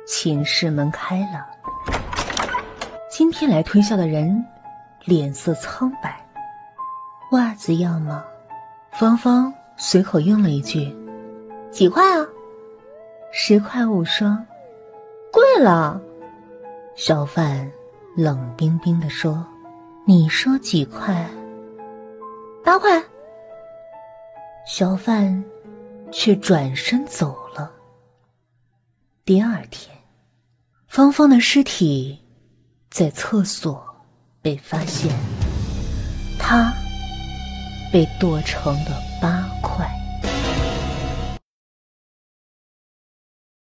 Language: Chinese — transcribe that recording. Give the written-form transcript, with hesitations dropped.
寝室门开了，今天来推销的人脸色苍白。袜子要吗？芳芳随口应了一句，几块啊？10块5双。贵了。小贩冷冰冰地说，你说几块？8块。小贩却转身走了。第二天，芳芳的尸体在厕所被发现，她被剁成了8块。